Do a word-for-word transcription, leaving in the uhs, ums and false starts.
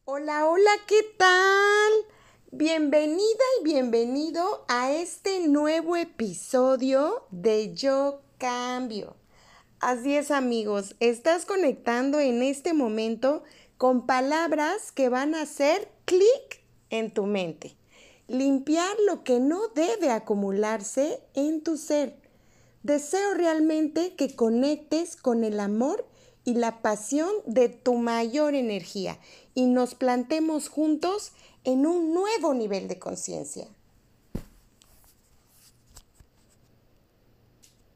Hola, hola, ¿qué tal? Bienvenida y bienvenido a este nuevo episodio de Yo Cambio. Así es, amigos, estás conectando en este momento con palabras que van a hacer clic en tu mente. Limpiar lo que no debe acumularse en tu ser. Deseo realmente que conectes con el amor y la pasión de tu mayor energía y nos plantemos juntos en un nuevo nivel de conciencia.